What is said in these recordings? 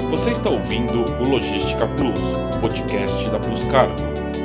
Você está ouvindo o Logística Plus, o podcast da Plus Cargo.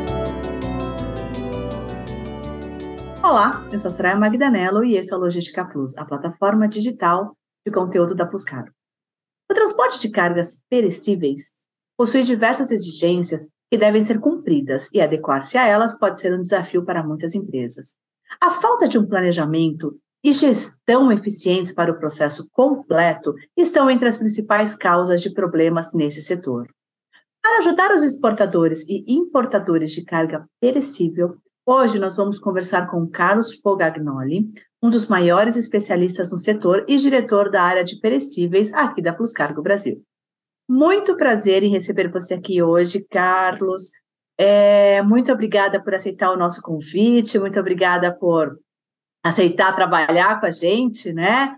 Olá, eu sou a Soraya Magdanello e esse é o Logística Plus, a plataforma digital de conteúdo da Plus Cargo. O transporte de cargas perecíveis possui diversas exigências que devem ser cumpridas e adequar-se a elas pode ser um desafio para muitas empresas. A falta de um planejamento e gestão eficientes para o processo completo estão entre as principais causas de problemas nesse setor. Para ajudar os exportadores e importadores de carga perecível, hoje nós vamos conversar com Carlos Fogagnoli, um dos maiores especialistas no setor e diretor da área de perecíveis aqui da Plus Cargo Brasil. Muito prazer em receber você aqui hoje, Carlos. Muito obrigada por aceitar o nosso convite, muito obrigada por aceitar trabalhar com a gente, né?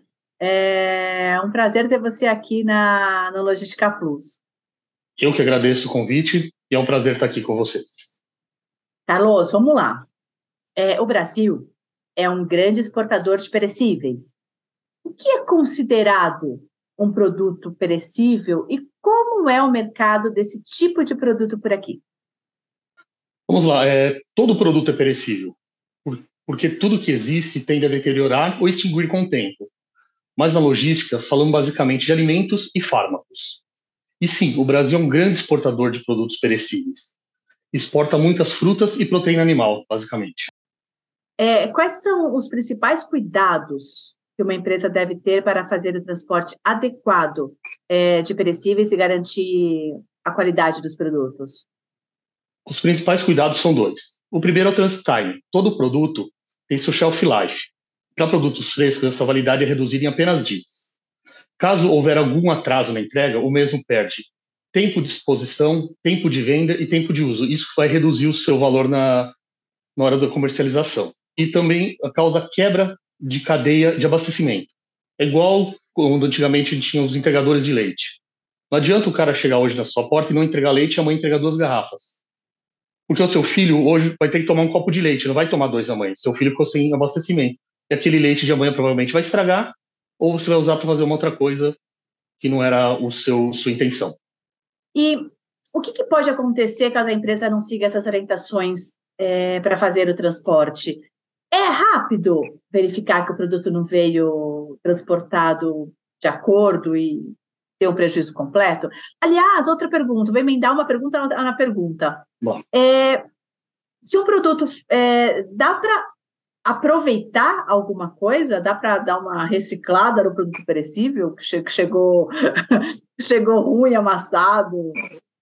É um prazer ter você aqui no Logística Plus. Eu que agradeço o convite e é um prazer estar aqui com vocês. Carlos, vamos lá. O Brasil é um grande exportador de perecíveis. O que é considerado um produto perecível e como é o mercado desse tipo de produto por aqui? Vamos lá, todo produto é perecível, porque tudo que existe tende a deteriorar ou extinguir com o tempo. Mas na logística, falamos basicamente de alimentos e fármacos. E sim, o Brasil é um grande exportador de produtos perecíveis. Exporta muitas frutas e proteína animal, basicamente. Quais são os principais cuidados que uma empresa deve ter para fazer o transporte adequado de perecíveis e garantir a qualidade dos produtos? Os principais cuidados são dois. O primeiro é o transit time. Todo produto tem seu shelf life. Para produtos frescos, essa validade é reduzida em apenas dias. Caso houver algum atraso na entrega, o mesmo perde tempo de exposição, tempo de venda e tempo de uso. Isso vai reduzir o seu valor na hora da comercialização. E também causa quebra de cadeia de abastecimento. É igual quando antigamente tinha os entregadores de leite. Não adianta o cara chegar hoje na sua porta e não entregar leite e amanhã entregar 2 garrafas. Porque o seu filho hoje vai ter que tomar um copo de leite, não vai tomar 2 amanhã. Seu filho ficou sem abastecimento. E aquele leite de amanhã provavelmente vai estragar, ou você vai usar para fazer uma outra coisa que não era sua intenção. E o que pode acontecer caso a empresa não siga essas orientações para fazer o transporte? É rápido verificar que o produto não veio transportado de acordo e ter um prejuízo completo? Aliás, outra pergunta, vou emendar uma pergunta na pergunta. Bom. Se um produto dá para aproveitar alguma coisa? Dá para dar uma reciclada no produto perecível que chegou ruim, amassado?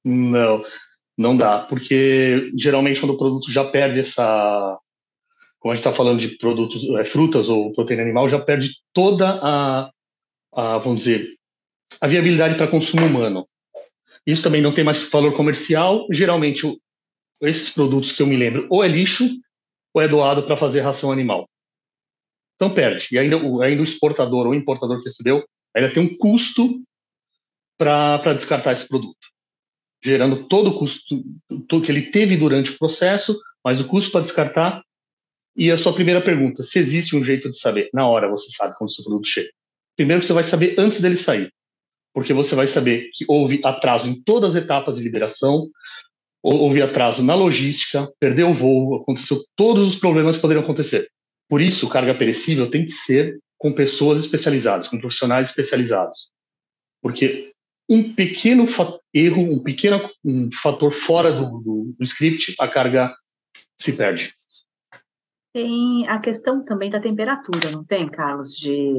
Não dá, porque geralmente quando o produto já perde como a gente está falando de produtos, frutas ou proteína animal, já perde toda vamos dizer, a viabilidade para consumo humano. Isso também não tem mais valor comercial. Geralmente, esses produtos que eu me lembro, ou é lixo, ou é doado para fazer ração animal. Então perde. E ainda o exportador ou importador que recebeu ainda tem um custo para descartar esse produto, gerando todo o custo que ele teve durante o processo, mas o custo para descartar. E a sua primeira pergunta, se existe um jeito de saber? Na hora você sabe quando o seu produto chega. Primeiro que você vai saber antes dele sair, porque você vai saber que houve atraso em todas as etapas de liberação, houve atraso na logística, perdeu o voo, aconteceu todos os problemas que poderiam acontecer. Por isso, carga perecível tem que ser com pessoas especializadas, com profissionais especializados. Porque um pequeno erro, um fator fora do script, a carga se perde. Tem a questão também da temperatura, não tem, Carlos?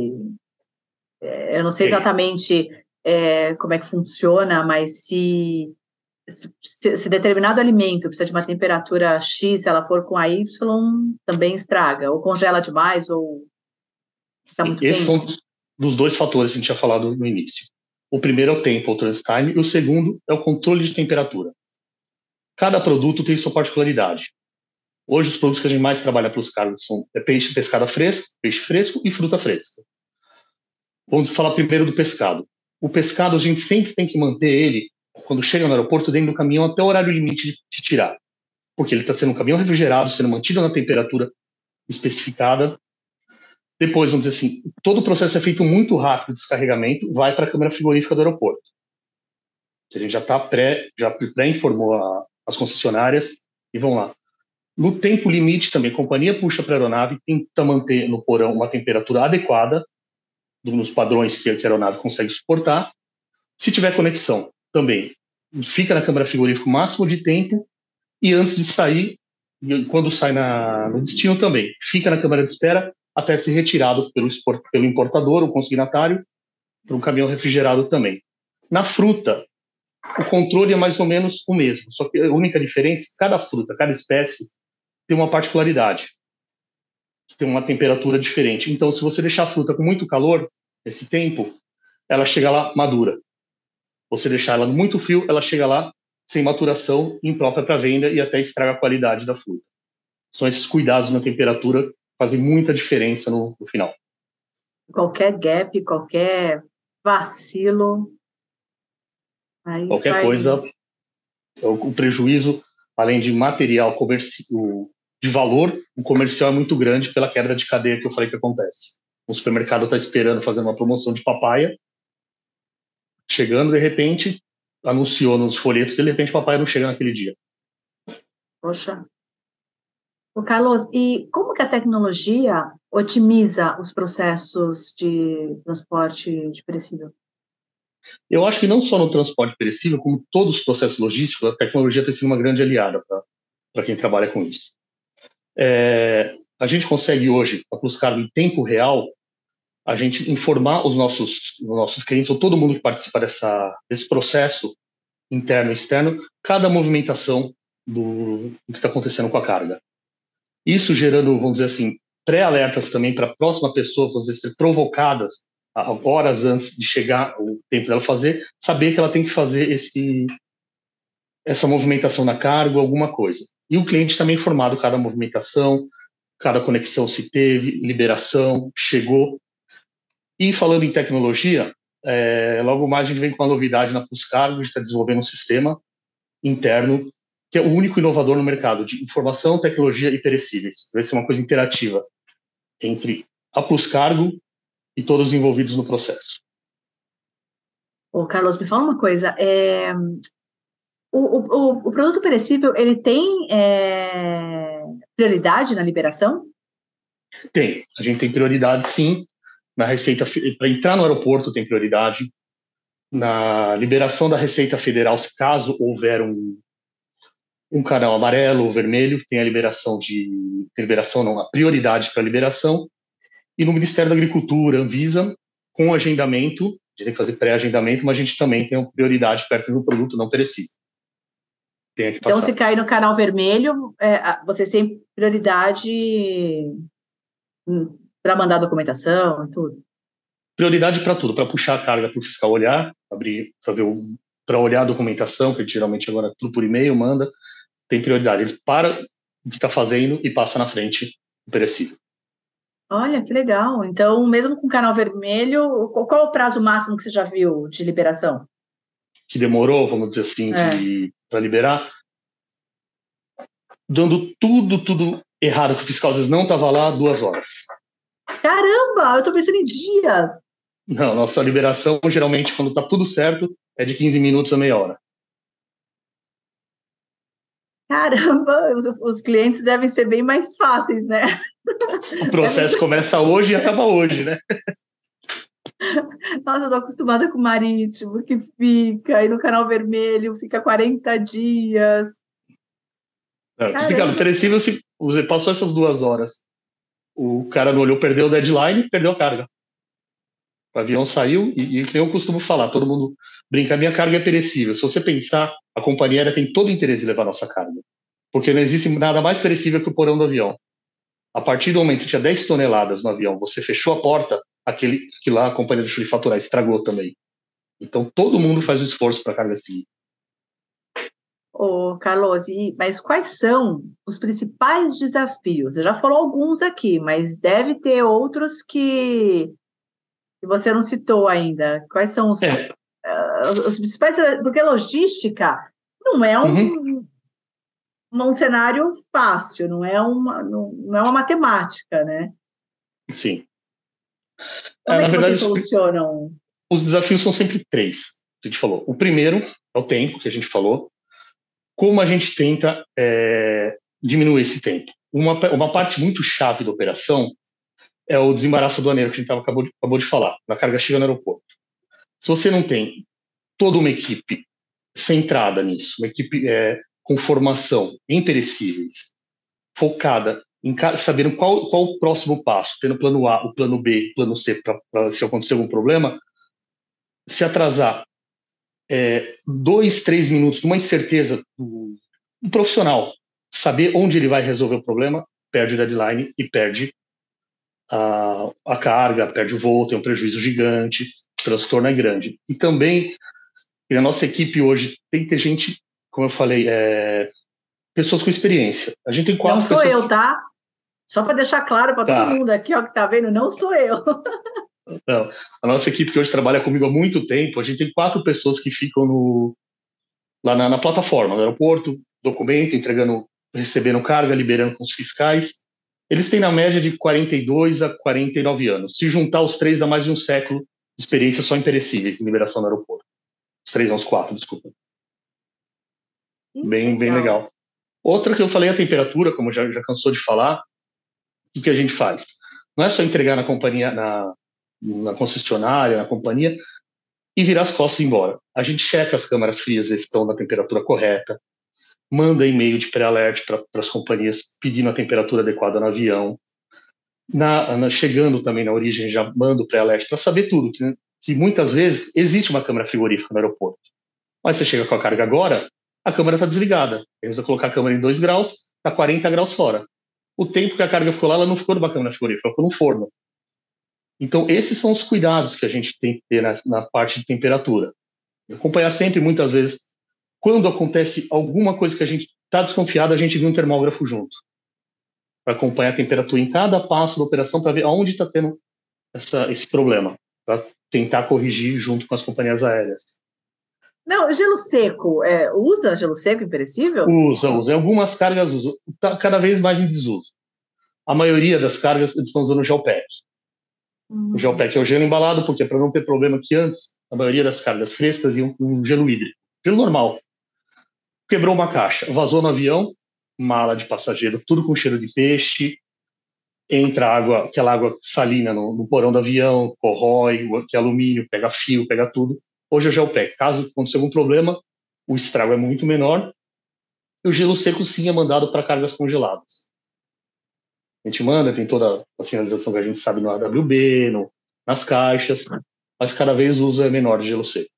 Eu não sei exatamente como é que funciona, mas se determinado alimento precisa de uma temperatura X, se ela for com a Y, também estraga, ou congela demais, ou está muito quente. Esses são dos 2 fatores que a gente tinha falado no início. O primeiro é o tempo, o transit time, e o segundo é o controle de temperatura. Cada produto tem sua particularidade. Hoje, os produtos que a gente mais trabalha para os cargos são peixe, pescada fresca, peixe fresco e fruta fresca. Vamos falar primeiro do pescado. O pescado, a gente sempre tem que manter ele, quando chega no aeroporto, dentro do caminhão até o horário limite de tirar. Porque ele está sendo um caminhão refrigerado, sendo mantido na temperatura especificada. Depois, vamos dizer assim, todo o processo é feito muito rápido, o descarregamento vai para a câmara frigorífica do aeroporto. A gente já pré-informou as concessionárias e vão lá. No tempo limite também, a companhia puxa para a aeronave, tenta manter no porão uma temperatura adequada, nos padrões que a aeronave consegue suportar. Se tiver conexão, também fica na câmara frigorífica o máximo de tempo e antes de sair, quando sai no destino também, fica na câmara de espera até ser retirado pelo importador, o consignatário, para um caminhão refrigerado também. Na fruta, o controle é mais ou menos o mesmo, só que a única diferença, cada fruta, cada espécie tem uma particularidade, tem uma temperatura diferente. Então, se você deixar a fruta com muito calor, esse tempo, ela chega lá madura. Você deixar ela muito frio, ela chega lá sem maturação, imprópria para venda e até estraga a qualidade da fruta. São esses cuidados na temperatura que fazem muita diferença no final. Qualquer gap, qualquer vacilo. Aí qualquer coisa, o prejuízo, além de material de valor, o comercial é muito grande pela quebra de cadeia que eu falei que acontece. O supermercado está esperando fazer uma promoção de papaya, chegando, de repente, anunciou nos folhetos, de repente, papaya não chega naquele dia. Poxa. Ô, Carlos, e como que a tecnologia otimiza os processos de transporte de perecível? Eu acho que não só no transporte perecível, como todos os processos logísticos, a tecnologia tem sido uma grande aliada para quem trabalha com isso. A gente consegue hoje, a Pluscargo, em tempo real, a gente informar os nossos clientes, ou todo mundo que participa desse processo interno e externo, cada movimentação do que está acontecendo com a carga. Isso gerando, vamos dizer assim, pré-alertas também para a próxima pessoa, vamos dizer, ser provocadas horas antes de chegar o tempo dela fazer, saber que ela tem que fazer essa movimentação na carga, alguma coisa. E o cliente também informado cada movimentação, cada conexão se teve, liberação, chegou. E falando em tecnologia, logo mais a gente vem com uma novidade na Pluscargo, a gente está desenvolvendo um sistema interno que é o único inovador no mercado de informação, tecnologia e perecíveis. Vai ser uma coisa interativa entre a Pluscargo e todos os envolvidos no processo. Ô, Carlos, me fala uma coisa. O produto perecível, ele tem prioridade na liberação? Tem. A gente tem prioridade, sim. Na Receita, para entrar no aeroporto tem prioridade. Na liberação da Receita Federal, caso houver um canal amarelo ou vermelho, tem a prioridade para liberação. E no Ministério da Agricultura, Anvisa, com agendamento, a gente tem que fazer pré-agendamento, mas a gente também tem uma prioridade perto do produto não perecível. Então, se cair no canal vermelho, vocês têm prioridade para mandar documentação e tudo? Prioridade para tudo, para puxar a carga para o fiscal olhar, abrir para olhar a documentação, que geralmente agora tudo por e-mail manda, tem prioridade. Ele para o que está fazendo e passa na frente o perecível. Olha, que legal. Então, mesmo com canal vermelho, qual o prazo máximo que você já viu de liberação? Que demorou, vamos dizer assim, para liberar? Dando tudo errado, que o fiscal às vezes não estava lá, 2 horas. Caramba, eu estou pensando em dias. Não, nossa liberação, geralmente, quando está tudo certo, é de 15 minutos a meia hora. Caramba, os clientes devem ser bem mais fáceis, né? O processo começa hoje e acaba hoje, né? Nossa, eu estou acostumada com o marítimo, que fica aí no canal vermelho, fica 40 dias. Complicado. Perecível, se você passou essas 2 horas, o cara não olhou, perdeu o deadline, perdeu a carga. O avião saiu e que eu costumo falar, todo mundo brinca, minha carga é perecível. Se você pensar, a companhia aérea tem todo o interesse em levar a nossa carga. Porque não existe nada mais perecível que o porão do avião. A partir do momento que você tinha 10 toneladas no avião, você fechou a porta, aquele que lá a companhia deixou de faturar, estragou também. Então, todo mundo faz o esforço para a carga seguir. Ô, Carlos, mas quais são os principais desafios? Você já falou alguns aqui, mas deve ter outros que você não citou ainda. Quais são os principais? Porque logística não é um cenário fácil, não é uma matemática, né? Sim. Como é que vocês solucionam? Os desafios são sempre 3, que a gente falou. O primeiro é o tempo que a gente falou. Como a gente tenta diminuir esse tempo? Uma parte muito chave da operação é o desembaraço aduaneiro que a gente acabou de falar, na carga chega no aeroporto. Se você não tem toda uma equipe centrada nisso, uma equipe com formação em perecíveis, focada em sabendo qual o próximo passo, tendo o plano A, o plano B, o plano C, para se acontecer algum problema, se atrasar 2, 3 minutos, numa incerteza do profissional, saber onde ele vai resolver o problema, perde o deadline e perde a carga, perde o voo, tem um prejuízo gigante, o transtorno é grande. E também, a nossa equipe hoje tem que ter gente, como eu falei, pessoas com experiência. A gente tem 4 Não sou pessoas. eu, tá? Só para deixar claro para todo mundo aqui, ó, que tá vendo, não sou eu. Não, a nossa equipe que hoje trabalha comigo há muito tempo, a gente tem 4 pessoas que ficam lá na plataforma, no aeroporto, documento, recebendo carga, liberando com os fiscais. Eles têm na média de 42 a 49 anos. Se juntar os 3, dá mais de um século de experiência só em perecíveis, em liberação no aeroporto. Os 3 aos 4, desculpa. Bem legal. Outra que eu falei, a temperatura, como já cansou de falar, o que a gente faz? Não é só entregar na companhia, na concessionária, na companhia, e virar as costas e ir embora. A gente checa as câmaras frias, ver se estão na temperatura correta, manda e-mail de pré-alert para as companhias pedindo a temperatura adequada no avião. Chegando também na origem, já manda o pré-alert para saber tudo, que muitas vezes existe uma câmara frigorífica no aeroporto. Mas você chega com a carga agora, a câmara está desligada. Aí você precisa colocar a câmara em 2 graus, está 40 graus fora. O tempo que a carga ficou lá, ela não ficou numa câmara frigorífica, ela ficou num forno. Então, esses são os cuidados que a gente tem que ter na parte de temperatura. Acompanhar sempre, muitas vezes, quando acontece alguma coisa que a gente está desconfiado, a gente viu um termógrafo junto, para acompanhar a temperatura em cada passo da operação, para ver aonde está tendo esse problema, para tentar corrigir junto com as companhias aéreas. Não, gelo seco, usa gelo seco imperecível? Usa. Algumas cargas usam. Está cada vez mais em desuso. A maioria das cargas eles estão usando o Gelpack. O Gelpack é o gelo embalado, porque para não ter problema que antes, a maioria das cargas frescas iam com gelo hídrico. Gelo normal. Quebrou uma caixa, vazou no avião, mala de passageiro, tudo com cheiro de peixe, entra água, aquela água salina no porão do avião, corrói, que é alumínio, pega fio, pega tudo. Hoje é o Gelpack. Caso aconteça algum problema, o estrago é muito menor. E o gelo seco sim é mandado para cargas congeladas. A gente manda, tem toda a sinalização que a gente sabe no AWB, nas caixas, mas cada vez o uso é menor de gelo seco.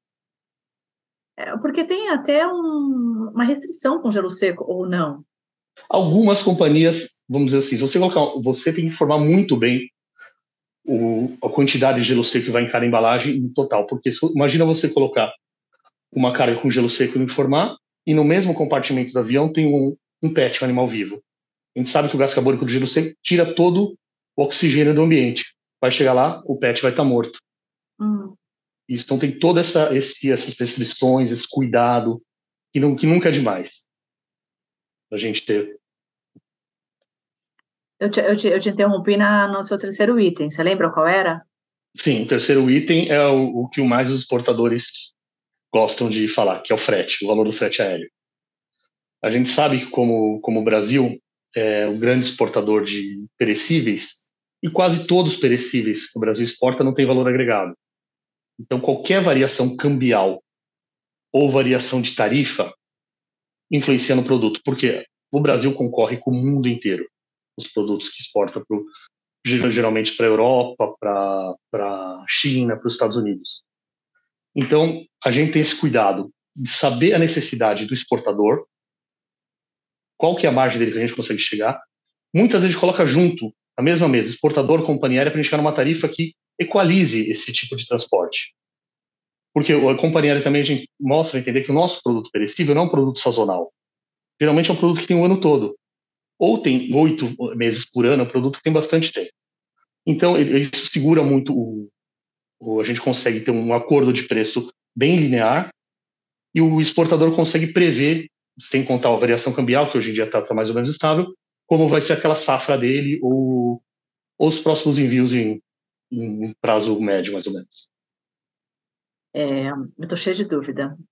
Porque tem até uma restrição com gelo seco, ou não? Algumas companhias, vamos dizer assim, se você colocar, você tem que informar muito bem a quantidade de gelo seco que vai em cada embalagem no total, porque imagina você colocar uma carga com gelo seco e não informar, e no mesmo compartimento do avião tem um PET, um animal vivo. A gente sabe que o gás carbônico do gelo seco tira todo o oxigênio do ambiente. Vai chegar lá, o PET vai estar morto. Então tem todas essas restrições, esse cuidado, que nunca é demais a gente ter. Eu te interrompi no seu terceiro item, você lembra qual era? Sim, o terceiro item é o que mais os exportadores gostam de falar, que é o frete, o valor do frete aéreo. A gente sabe que como o Brasil é um grande exportador de perecíveis, e quase todos os perecíveis que o Brasil exporta não tem valor agregado. Então, qualquer variação cambial ou variação de tarifa influencia no produto, porque o Brasil concorre com o mundo inteiro. Os produtos que exporta geralmente para a Europa, para a China, para os Estados Unidos. Então, a gente tem esse cuidado de saber a necessidade do exportador, qual que é a margem dele que a gente consegue chegar. Muitas vezes a gente coloca junto, a mesma mesa, exportador, companhia aérea, para a gente chegar numa tarifa que equalize esse tipo de transporte. Porque a companhia aérea também a gente mostra a entender que o nosso produto perecível não é um produto sazonal. Geralmente é um produto que tem o ano todo. Ou tem 8 meses por ano, é um produto que tem bastante tempo. Então, isso segura muito a gente consegue ter um acordo de preço bem linear e o exportador consegue prever, sem contar a variação cambial, que hoje em dia está mais ou menos estável, como vai ser aquela safra dele ou os próximos envios em prazo médio, mais ou menos. Eu estou cheia de dúvida.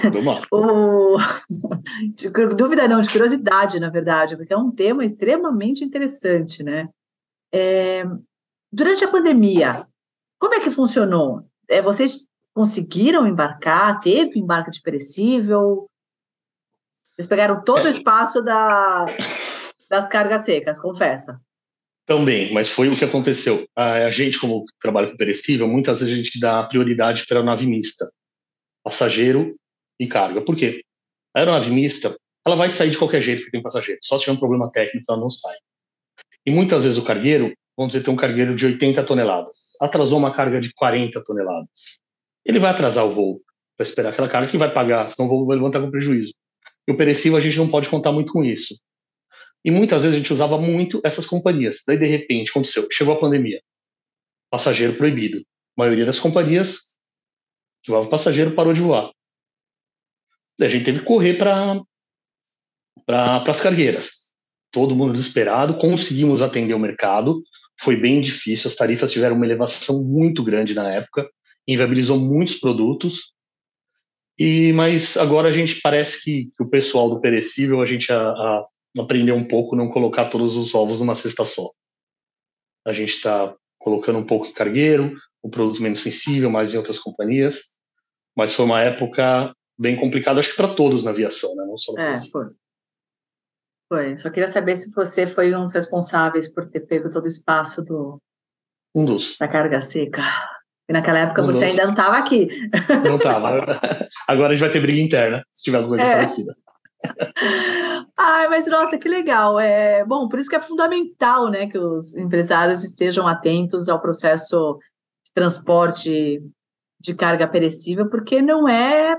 Dúvida não, de curiosidade, na verdade, porque é um tema extremamente interessante, né? Durante a pandemia, como é que funcionou? Vocês conseguiram embarcar? Teve embarque de perecível? Vocês pegaram todo o espaço das cargas secas, confessa. Também, mas foi o que aconteceu. A gente, como trabalha com perecível, muitas vezes a gente dá prioridade para a aeronave mista, passageiro e carga. Por quê? A aeronave mista, ela vai sair de qualquer jeito porque tem passageiro. Só se tiver um problema técnico, ela não sai. E muitas vezes o cargueiro, vamos dizer, tem um cargueiro de 80 toneladas. Atrasou uma carga de 40 toneladas. Ele vai atrasar o voo para esperar aquela carga que vai pagar, senão o voo vai levantar com prejuízo. E o perecível, a gente não pode contar muito com isso. E muitas vezes a gente usava muito essas companhias. Daí, de repente, aconteceu, chegou a pandemia. Passageiro proibido. A maioria das companhias que voavam passageiro parou de voar. Daí a gente teve que correr para as cargueiras. Todo mundo desesperado, conseguimos atender o mercado. Foi bem difícil, as tarifas tiveram uma elevação muito grande na época, inviabilizou muitos produtos. Mas agora a gente parece que o pessoal do perecível, a gente aprender um pouco, não colocar todos os ovos numa cesta só. A gente está colocando um pouco em cargueiro, o produto menos sensível, mais em outras companhias, mas foi uma época bem complicada, acho que para todos na aviação, né? Não só para Foi. Só queria saber se você foi um dos responsáveis por ter pego todo o espaço da carga seca. E naquela época você ainda não estava aqui. Não estava. Agora a gente vai ter briga interna, se tiver alguma coisa parecida. Mas nossa, que legal. Bom, por isso que é fundamental, né, que os empresários estejam atentos ao processo de transporte de carga perecível, porque não é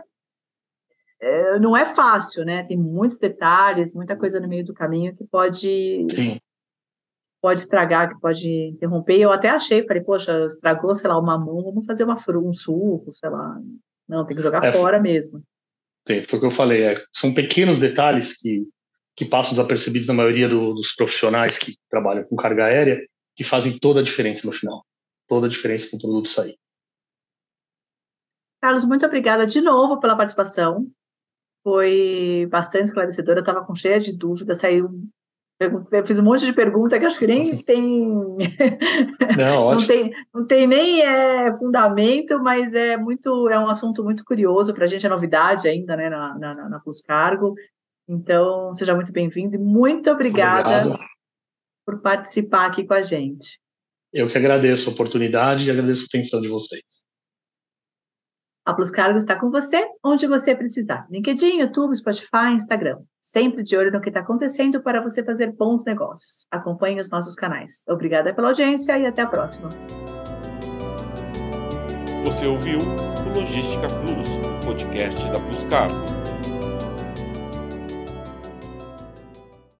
fácil, né? Tem muitos detalhes, muita coisa no meio do caminho que pode estragar, que pode interromper. Eu até falei, poxa, estragou, sei lá, uma mão, vamos fazer um suco, sei lá. Não, tem que jogar fora mesmo. Foi o que eu falei, são pequenos detalhes que passam desapercebidos na maioria dos profissionais que trabalham com carga aérea, que fazem toda a diferença no final. Toda a diferença para o produto sair. Carlos, muito obrigada de novo pela participação. Foi bastante esclarecedora, eu estava cheia de dúvidas, eu fiz um monte de perguntas que acho que nem tem não tem nem fundamento, mas é um assunto muito curioso para a gente, é novidade ainda, né, na Plus Cargo. Então, seja muito bem-vindo e muito obrigada por participar aqui com a gente. Eu que agradeço a oportunidade e agradeço a atenção de vocês. A Plus Cargo está com você, onde você precisar. LinkedIn, YouTube, Spotify, Instagram. Sempre de olho no que está acontecendo para você fazer bons negócios. Acompanhe os nossos canais. Obrigada pela audiência e até a próxima. Você ouviu o Logística Plus, podcast da Plus Cargo.